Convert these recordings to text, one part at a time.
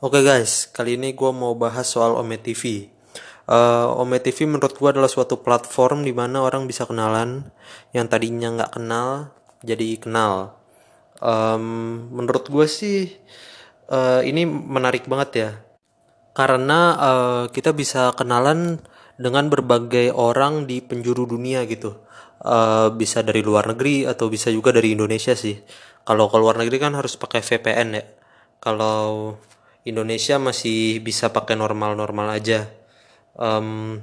Oke guys, kali ini gue mau bahas soal Ome TV. Ome TV menurut gue adalah suatu platform di mana orang bisa kenalan yang tadinya nggak kenal jadi kenal. Menurut gue sih ini menarik banget ya, karena kita bisa kenalan dengan berbagai orang di penjuru dunia gitu. Bisa dari luar negeri atau bisa juga dari Indonesia sih. Kalau ke luar negeri kan harus pakai VPN ya. Kalau Indonesia masih bisa pakai normal-normal aja. Em,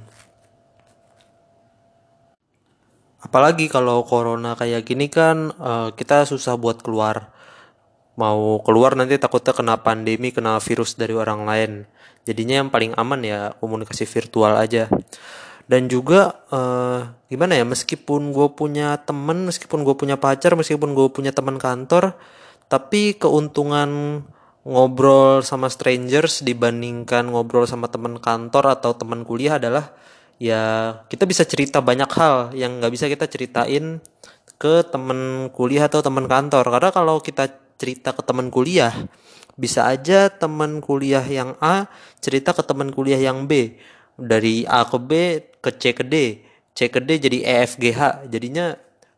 Apalagi kalau corona kayak gini kan kita susah buat keluar. Mau keluar nanti takutnya kena pandemi, kena virus dari orang lain. Jadinya yang paling aman ya komunikasi virtual aja. Dan juga gimana ya, meskipun gue punya temen, meskipun gue punya pacar, meskipun gue punya teman kantor, tapi keuntungan ngobrol sama strangers dibandingkan ngobrol sama teman kantor atau teman kuliah adalah ya kita bisa cerita banyak hal yang nggak bisa kita ceritain ke teman kuliah atau teman kantor. Karena kalau kita cerita ke teman kuliah, bisa aja teman kuliah yang A cerita ke teman kuliah yang B, dari A ke B ke C ke D, C ke D jadi E F G H. Jadinya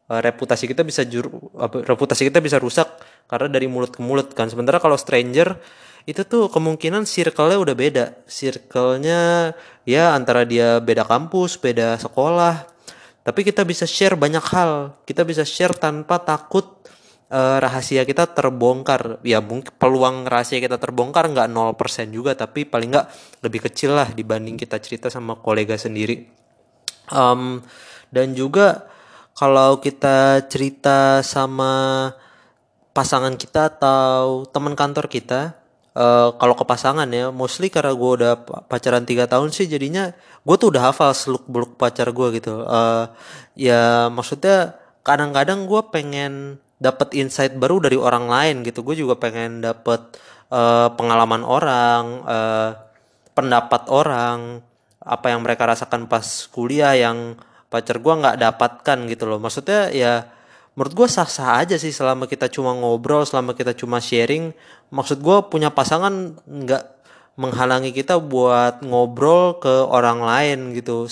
reputasi kita bisa rusak karena dari mulut ke mulut kan. Sementara kalau stranger itu tuh kemungkinan circle-nya udah beda. Circle-nya ya antara dia beda kampus, beda sekolah, tapi kita bisa share banyak hal. Kita bisa share tanpa takut rahasia kita terbongkar. Ya mungkin peluang rahasia kita terbongkar nggak 0% juga, tapi paling nggak lebih kecil lah dibanding kita cerita sama kolega sendiri. Em, dan juga kalau kita cerita sama pasangan kita atau teman kantor kita, kalau ke pasangan ya mostly karena gue udah pacaran 3 tahun sih, jadinya gue tuh udah hafal seluk beluk pacar gue gitu. Ya maksudnya kadang-kadang gue pengen dapat insight baru dari orang lain gitu. Gue juga pengen dapat pengalaman orang, pendapat orang, apa yang mereka rasakan pas kuliah yang pacar gue nggak dapatkan gitu loh. Maksudnya ya menurut gue sah-sah aja sih selama kita cuma ngobrol, selama kita cuma sharing. Maksud gue punya pasangan nggak menghalangi kita buat ngobrol ke orang lain gitu.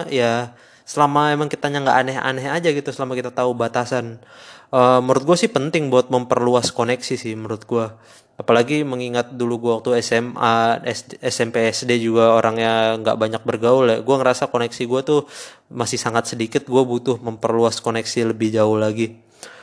Selama emang kitanya nggak aneh-aneh aja gitu, selama kita tahu batasan. Menurut gue sih penting buat memperluas koneksi sih menurut gue. Apalagi mengingat dulu gue waktu SMA, SMP, SD juga orangnya nggak banyak bergaul ya. Gue ngerasa koneksi gue tuh masih sangat sedikit. Gue butuh memperluas koneksi lebih jauh lagi.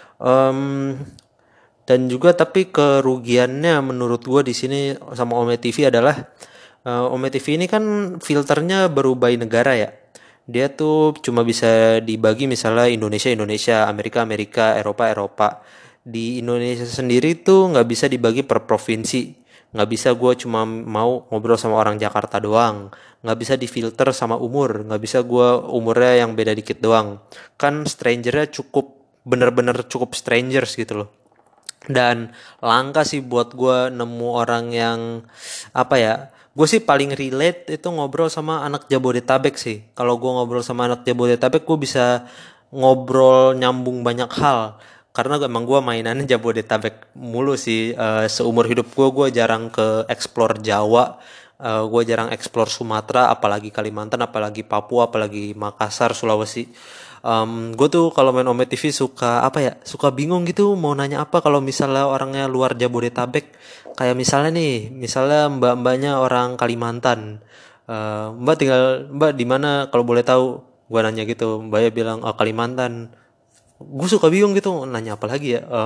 Em, dan juga tapi kerugiannya menurut gue di sini sama Ome TV adalah Ome TV ini kan filternya baru by negara ya. Dia tuh cuma bisa dibagi misalnya Indonesia Indonesia, Amerika Amerika, Eropa Eropa. Di Indonesia sendiri tuh nggak bisa dibagi per provinsi. Nggak bisa gue cuma mau ngobrol sama orang Jakarta doang. Nggak bisa difilter sama umur. Nggak bisa gue umurnya yang beda dikit doang. Kan strangernya cukup bener-bener cukup strangers gitu loh. Dan langka sih buat gue nemu orang yang apa ya, gue sih paling relate itu ngobrol sama anak Jabodetabek sih. Kalau gue ngobrol sama anak Jabodetabek gue bisa ngobrol nyambung banyak hal karena emang gue mainannya Jabodetabek mulu sih. Seumur hidup gue jarang ke explore Jawa. Gue jarang explore Sumatera, apalagi Kalimantan, apalagi Papua, apalagi Makassar, Sulawesi. Gue tuh kalau main Ome TV suka apa ya, suka bingung gitu mau nanya apa kalau misalnya orangnya luar Jabodetabek. Kayak misalnya nih, misalnya mbak-mbaknya orang Kalimantan. Mbak tinggal, mbak di mana kalau boleh tahu? Gue nanya gitu, mbaknya bilang oh, Kalimantan. Gue suka bingung gitu nanya apa lagi ya.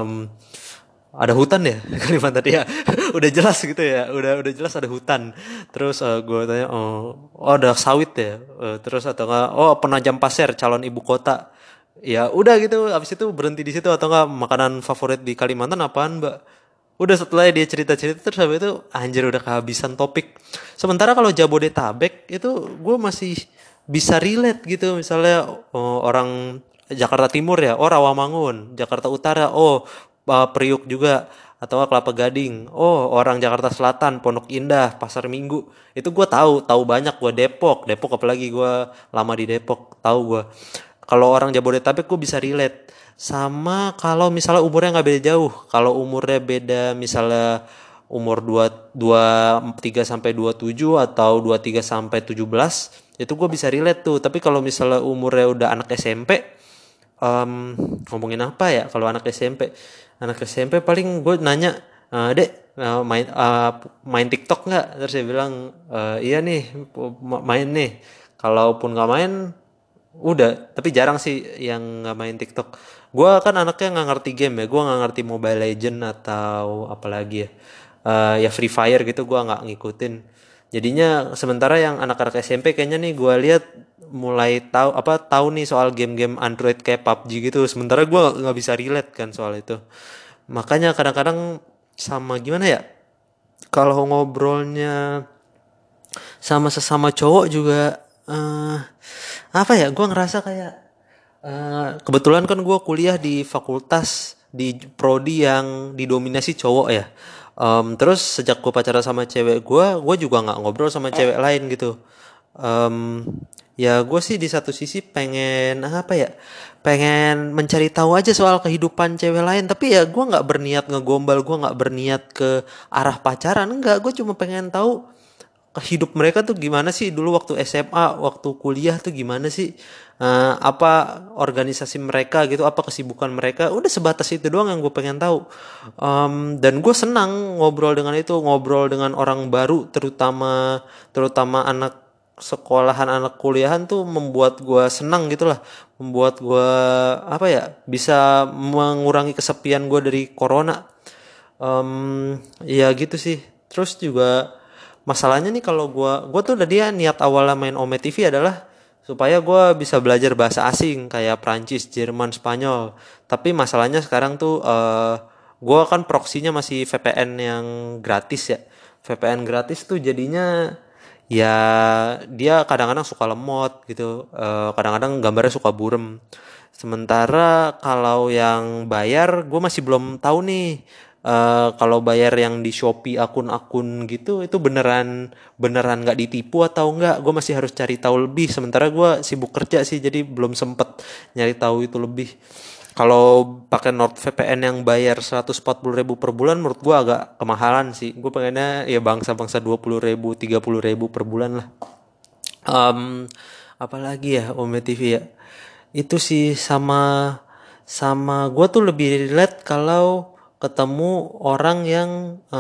Ada hutan ya Kalimantan ya. Udah jelas gitu ya, udah jelas ada hutan. Terus gue tanya oh ada sawit ya. Terus atau enggak oh Penajam Pasir calon ibu kota. Ya udah gitu, abis itu berhenti di situ. Atau enggak makanan favorit di Kalimantan apaan mbak. Udah setelah dia cerita-cerita terus habis itu anjir udah kehabisan topik. Sementara kalau Jabodetabek itu gue masih bisa relate gitu. Misalnya orang Jakarta Timur ya, oh Rawamangun. Jakarta Utara, oh Priuk juga. Atau Kelapa Gading, oh orang Jakarta Selatan, Pondok Indah, Pasar Minggu. Itu gue tahu banyak. Gue Depok apalagi gue lama di Depok, tahu gue. Kalau orang Jabodetabek gue bisa relate. Sama kalau misalnya umurnya nggak beda jauh. Kalau umurnya beda misalnya umur 23 sampai 27 atau 23 sampai 17 itu gue bisa relate tuh. Tapi kalau misalnya umurnya udah anak SMP, ngomongin apa ya kalau anak SMP paling gue nanya, dek, main TikTok nggak, terus dia bilang, iya nih, main nih. Kalaupun nggak main udah, tapi jarang sih yang nggak main TikTok. Gue kan anaknya nggak ngerti game ya, gue nggak ngerti Mobile Legend atau apalagi ya. Ya Free Fire gitu gue nggak ngikutin. Jadinya sementara yang anak-anak SMP kayaknya nih gue lihat mulai tahu nih soal game-game Android kayak PUBG gitu. Sementara gue nggak bisa relate kan soal itu. Makanya kadang-kadang sama gimana ya? Kalau ngobrolnya sama sesama cowok juga, apa ya? Gue ngerasa kayak, kebetulan kan gue kuliah di fakultas di prodi yang didominasi cowok ya. Terus sejak gue pacaran sama cewek gue juga nggak ngobrol sama cewek lain gitu. Em, Ya gue sih di satu sisi pengen apa ya, pengen mencari tahu aja soal kehidupan cewek lain. Tapi ya gue nggak berniat ngegombal, gue nggak berniat ke arah pacaran, enggak. Gue cuma pengen tahu hidup mereka tuh gimana sih dulu waktu SMA, waktu kuliah tuh gimana sih, apa organisasi mereka gitu, apa kesibukan mereka, udah sebatas itu doang yang gue pengen tahu. Dan gue senang ngobrol dengan itu, ngobrol dengan orang baru, terutama terutama anak sekolahan, anak kuliahan tuh membuat gue senang gitulah, membuat gue apa ya, bisa mengurangi kesepian gue dari corona. Ya gitu sih. Terus juga masalahnya nih, kalau gua tuh udah, dia niat awalnya main Ome TV adalah supaya gua bisa belajar bahasa asing kayak Prancis, Jerman, Spanyol. Tapi masalahnya sekarang tuh, gua kan proksinya masih VPN yang gratis ya. VPN gratis tuh jadinya ya dia kadang-kadang suka lemot gitu, kadang-kadang gambarnya suka burem. Sementara kalau yang bayar, gue masih belum tahu nih. Kalau bayar yang di Shopee akun-akun gitu, itu beneran beneran nggak ditipu atau enggak? Gue masih harus cari tahu lebih. Sementara gue sibuk kerja sih, jadi belum sempet nyari tahu itu lebih. Kalau pakai NordVPN yang bayar 140.000 per bulan, menurut gue agak kemahalan sih. Gue pengennya ya bangsa-bangsa 20.000, 30.000 per bulan lah. Em, Apalagi ya Ome TV ya. Itu sih sama sama gue tuh lebih relate kalau ketemu orang yang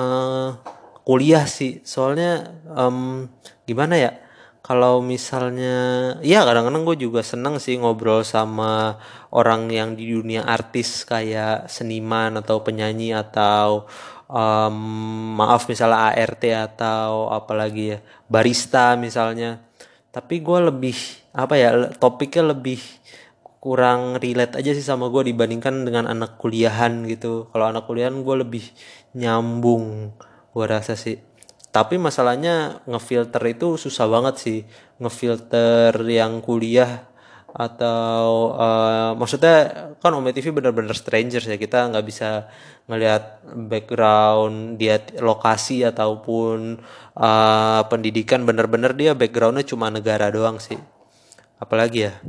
kuliah sih. Soalnya, gimana ya? Kalau misalnya, ya kadang-kadang gue juga seneng sih ngobrol sama orang yang di dunia artis kayak seniman atau penyanyi atau, em, maaf misalnya ART atau apalagi ya, barista misalnya. Tapi gue lebih apa ya, topiknya lebih kurang relate aja sih sama gue dibandingkan dengan anak kuliahan gitu. Kalau anak kuliahan gue lebih nyambung, gue rasa sih. Tapi masalahnya ngefilter itu susah banget sih, ngefilter yang kuliah atau, maksudnya kan Ome TV bener-bener strangers ya, kita nggak bisa ngelihat background dia, lokasi ataupun, pendidikan. Bener-bener dia backgroundnya cuma negara doang sih. Apalagi ya,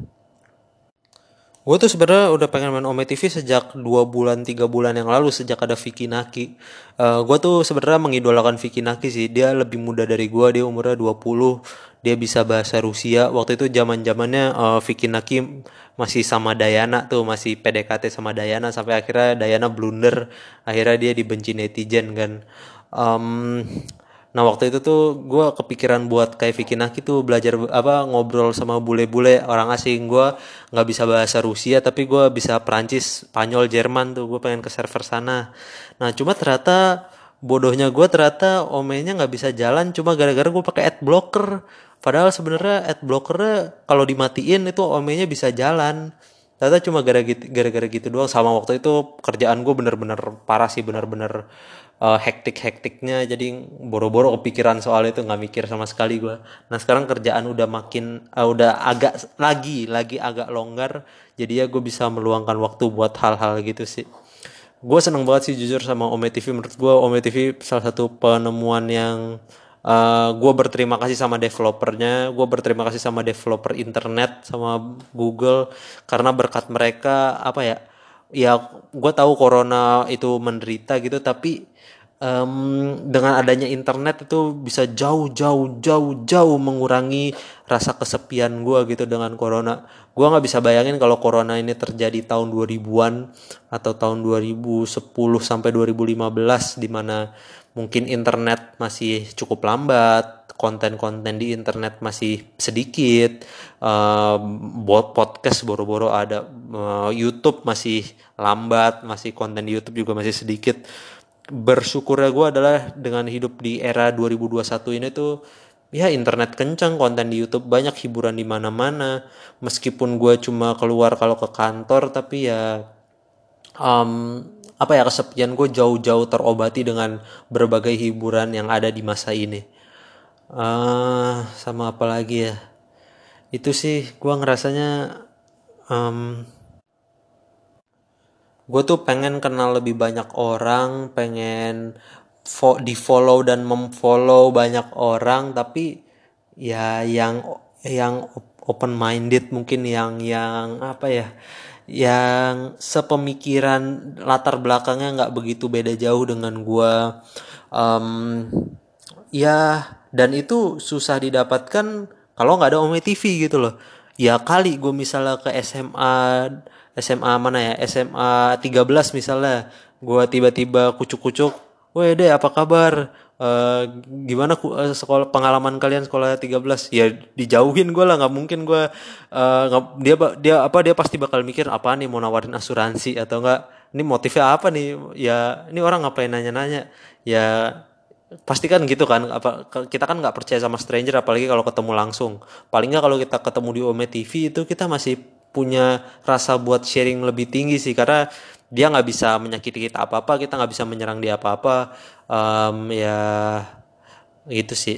gue tuh sebenarnya udah pengen main Ome TV sejak 2 bulan 3 bulan yang lalu, sejak ada Vicky Naki. Gue tuh sebenarnya mengidolakan Vicky Naki sih. Dia lebih muda dari gue, dia umurnya 20. Dia bisa bahasa Rusia. Waktu itu zaman-zamannya, Vicky Naki masih sama Dayana tuh, masih PDKT sama Dayana sampai akhirnya Dayana blunder. Akhirnya dia dibenci netizen kan. Em, Nah waktu itu tuh gue kepikiran buat kayak Vicky Naki tuh belajar apa, ngobrol sama bule-bule orang asing. Gue nggak bisa bahasa Rusia tapi gue bisa Perancis, Spanyol, Jerman tuh. Gue pengen ke server sana. Nah cuma ternyata bodohnya gue, ternyata omenya nggak bisa jalan cuma gara-gara gue pakai ad blocker. Padahal sebenarnya ad blockernya kalau dimatiin itu omenya bisa jalan. Ternyata cuma gara-gara gitu doang. Sama waktu itu kerjaan gue bener-bener parah sih, bener-bener, hektik-hektiknya, jadi boro-boro kepikiran soal itu, nggak mikir sama sekali gue. Nah sekarang kerjaan udah makin, udah agak lagi agak longgar, jadi ya gue bisa meluangkan waktu buat hal-hal gitu sih. Gue seneng banget sih jujur sama Ome TV. Menurut gue Ome TV salah satu penemuan yang, gue berterima kasih sama developernya. Gue berterima kasih sama developer internet, sama Google, karena berkat mereka apa ya, ya gue tahu corona itu menderita gitu, tapi Dengan adanya internet itu bisa jauh mengurangi rasa kesepian gue gitu dengan corona. Gue nggak bisa bayangin kalau corona ini terjadi tahun 2000-an atau tahun 2010 sampai 2015, di mana mungkin internet masih cukup lambat, konten-konten di internet masih sedikit, podcast boro-boro ada, YouTube masih lambat, masih konten di YouTube juga masih sedikit. Bersyukurnya gue adalah dengan hidup di era 2021 ini tuh, ya internet kencang, konten di YouTube banyak, hiburan di mana-mana. Meskipun gue cuma keluar kalau ke kantor, tapi ya apa ya, kesepian gue jauh-jauh terobati dengan berbagai hiburan yang ada di masa ini. Sama apa lagi ya? Itu sih gue ngerasanya, um, gue tuh pengen kenal lebih banyak orang, pengen di follow dan memfollow banyak orang, tapi ya yang open minded, mungkin yang apa ya, yang sepemikiran, latar belakangnya nggak begitu beda jauh dengan gue. um, Ya, dan itu susah didapatkan kalau nggak ada Ome TV gitu loh. Ya kali gue misalnya ke SMA mana ya, SMA 13 misalnya, gue tiba-tiba kucuk-kucuk, weh deh apa kabar? Eh, Gimana sekolah, pengalaman kalian sekolah 13? Ya dijauhin gue lah, nggak mungkin gue, dia pasti bakal mikir apa nih, mau nawarin asuransi atau enggak, ini motifnya apa nih, ya ini orang ngapain nanya-nanya, ya pasti kan gitu kan. Kita kan nggak percaya sama stranger, apalagi kalau ketemu langsung. Paling nggak kalau kita ketemu di Ome TV itu kita masih punya rasa buat sharing lebih tinggi sih, karena dia nggak bisa menyakiti kita apa-apa, kita nggak bisa menyerang dia apa-apa. Ya gitu sih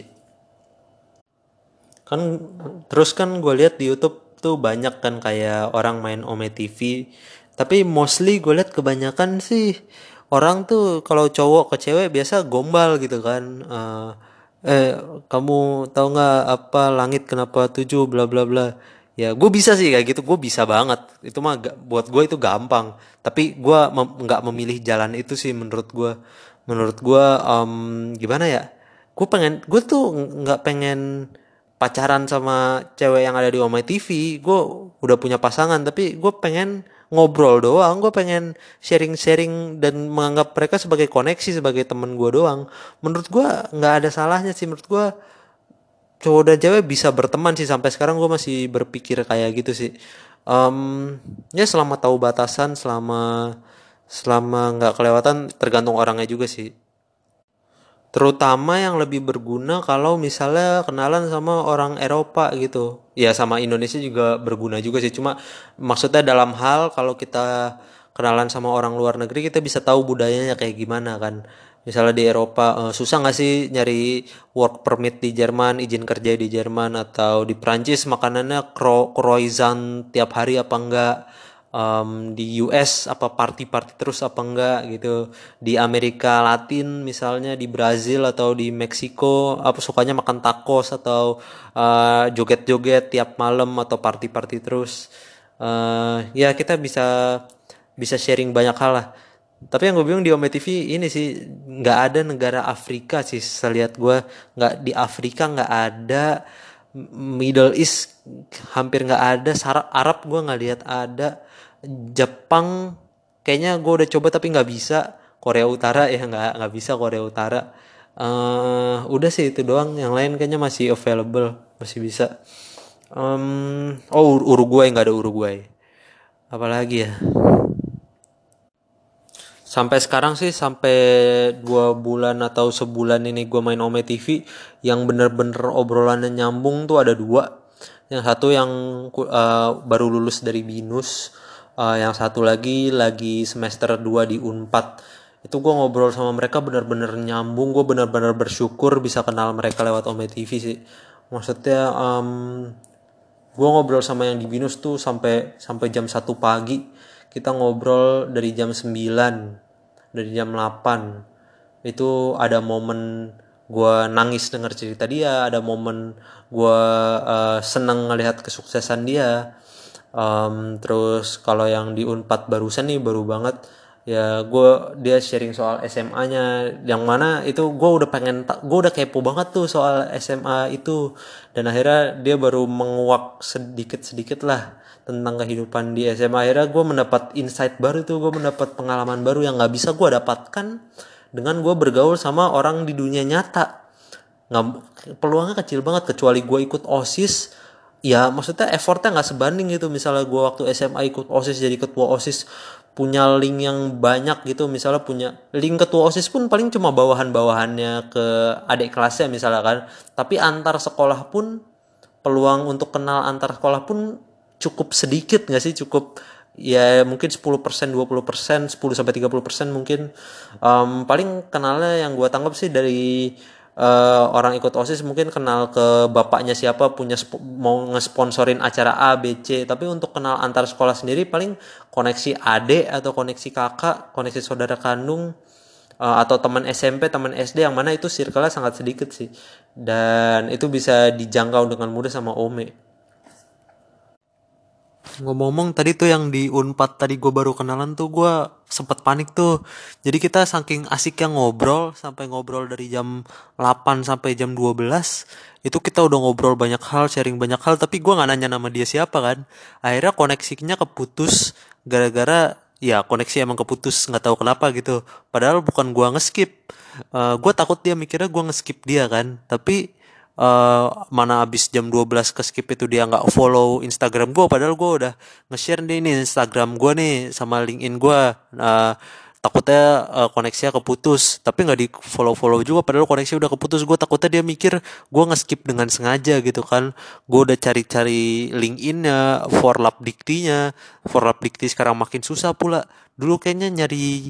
kan. Terus kan gue lihat di YouTube tuh banyak kan kayak orang main Ome TV, tapi mostly gue lihat kebanyakan sih orang tuh kalau cowok ke cewek biasa gombal gitu kan. Eh Kamu tahu nggak apa langit kenapa tujuh bla bla bla. Ya gue bisa sih kayak gitu, gue bisa banget itu mah, buat gue itu gampang. Tapi gue nggak memilih jalan itu sih. Menurut gue gimana ya, gue tuh nggak pengen pacaran sama cewek yang ada di Omai TV. Gue udah punya pasangan, tapi gue pengen ngobrol doang, gue pengen sharing-sharing dan menganggap mereka sebagai koneksi, sebagai temen gue doang. Menurut gue nggak ada salahnya sih. Menurut gue cowok dan cewek bisa berteman sih. Sampai sekarang gue masih berpikir kayak gitu sih. Ya selama tahu batasan, selama selama nggak kelewatan, tergantung orangnya juga sih. Terutama yang lebih berguna kalau misalnya kenalan sama orang Eropa gitu. Ya sama Indonesia juga berguna juga sih. Cuma maksudnya dalam hal kalau kita kenalan sama orang luar negeri, kita bisa tahu budayanya kayak gimana kan. Misalnya di Eropa, susah nggak sih nyari work permit di Jerman, izin kerja di Jerman, atau di Prancis makanannya croissant tiap hari apa enggak? Di US apa party-party terus apa enggak gitu. Di Amerika Latin misalnya, di Brazil atau di Meksiko, apa sukanya makan tacos atau joget-joget tiap malam atau party-party terus. Ya kita bisa bisa sharing banyak hal lah. Tapi yang gue bingung di Ome TV ini sih, nggak ada negara Afrika sih selihat gue. Nggak di Afrika, nggak ada. Middle East hampir nggak ada. Arab gue nggak lihat ada. Jepang kayaknya gue udah coba tapi nggak bisa. Korea Utara ya nggak bisa Korea Utara. Udah sih itu doang. Yang lain kayaknya masih available, masih bisa. Uruguay, nggak ada Uruguay. Apalagi ya? Sampai sekarang sih, sampai 2 bulan atau sebulan ini gue main Ome TV, yang bener-bener obrolannya nyambung tuh ada dua. Yang satu yang baru lulus dari BINUS, yang satu lagi semester 2 di Unpad. Itu gue ngobrol sama mereka bener-bener nyambung, gue bener-bener bersyukur bisa kenal mereka lewat Ome TV sih. Maksudnya gue ngobrol sama yang di BINUS tuh sampai sampai jam 1 pagi. Kita ngobrol dari jam 9, dari jam 8. Itu ada momen gue nangis denger cerita dia, ada momen gue seneng ngelihat kesuksesan dia. Terus kalau yang di Unpad barusan nih, baru banget, Ya dia sharing soal SMA-nya, yang mana itu gue udah gue udah kepo banget tuh soal SMA itu. Dan akhirnya dia baru menguak sedikit-sedikit lah tentang kehidupan di SMA. Akhirnya gue mendapat insight baru tuh, gue mendapat pengalaman baru yang nggak bisa gue dapatkan dengan gue bergaul sama orang di dunia nyata. Nggak, peluangnya kecil banget kecuali gue ikut OSIS. Ya maksudnya effortnya nggak sebanding gitu. Misalnya gue waktu SMA ikut OSIS jadi ketua OSIS, punya link yang banyak gitu, misalnya punya link ketua OSIS pun paling cuma bawahan-bawahannya ke adik kelasnya misalnya kan. Tapi antar sekolah pun, peluang untuk kenal antar sekolah pun cukup sedikit nggak sih? Cukup ya mungkin 10%, 20%, 10-30% mungkin. Paling kenalnya yang gue tangkap sih dari orang ikut OSIS mungkin kenal ke bapaknya siapa, punya mau ngesponsorin acara A, B, C. Tapi untuk kenal antar sekolah sendiri paling koneksi adik atau koneksi kakak, koneksi saudara kandung, atau teman SMP, teman SD, yang mana itu circle-nya sangat sedikit sih. Dan itu bisa dijangkau dengan mudah sama Ome. Ngomong-ngomong tadi tuh yang di Unpad tadi gue baru kenalan tuh, gue sempet panik tuh. Jadi kita saking asiknya ngobrol sampai ngobrol dari jam 8 sampai jam 12. Itu kita udah ngobrol banyak hal, sharing banyak hal, tapi gue nggak nanya nama dia siapa kan. Akhirnya koneksinya keputus gara-gara ya koneksi emang keputus, nggak tahu kenapa gitu. Padahal bukan gue ngeskip. Gue takut dia mikirnya gue ngeskip dia kan. Tapi mana abis jam 12 ke skip itu dia nggak follow Instagram gue, padahal gue udah nge-share nih Instagram gue nih sama LinkedIn gue. Takutnya koneksinya keputus, tapi nggak di follow juga padahal koneksi udah keputus. Gue takutnya dia mikir gue nge-skip dengan sengaja gitu kan. Gue udah cari-cari LinkedIn-nya, for lab dikti sekarang makin susah pula. Dulu kayaknya nyari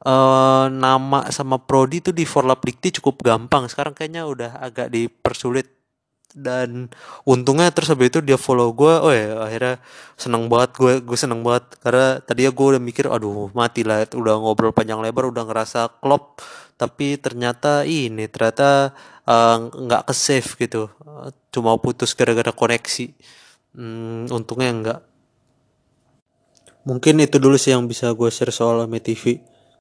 nama sama prodi tuh di Forlap Dikti cukup gampang. Sekarang kayaknya udah agak dipersulit. Dan untungnya terus habis itu dia follow gue. Oh ya, akhirnya seneng banget, gue seneng banget karena tadinya gue udah mikir aduh mati lah, udah ngobrol panjang lebar, udah ngerasa klop, tapi ternyata nggak ke save gitu. Cuma putus gara-gara koneksi. Untungnya enggak. Mungkin itu dulu sih yang bisa gue share soal Ame TV.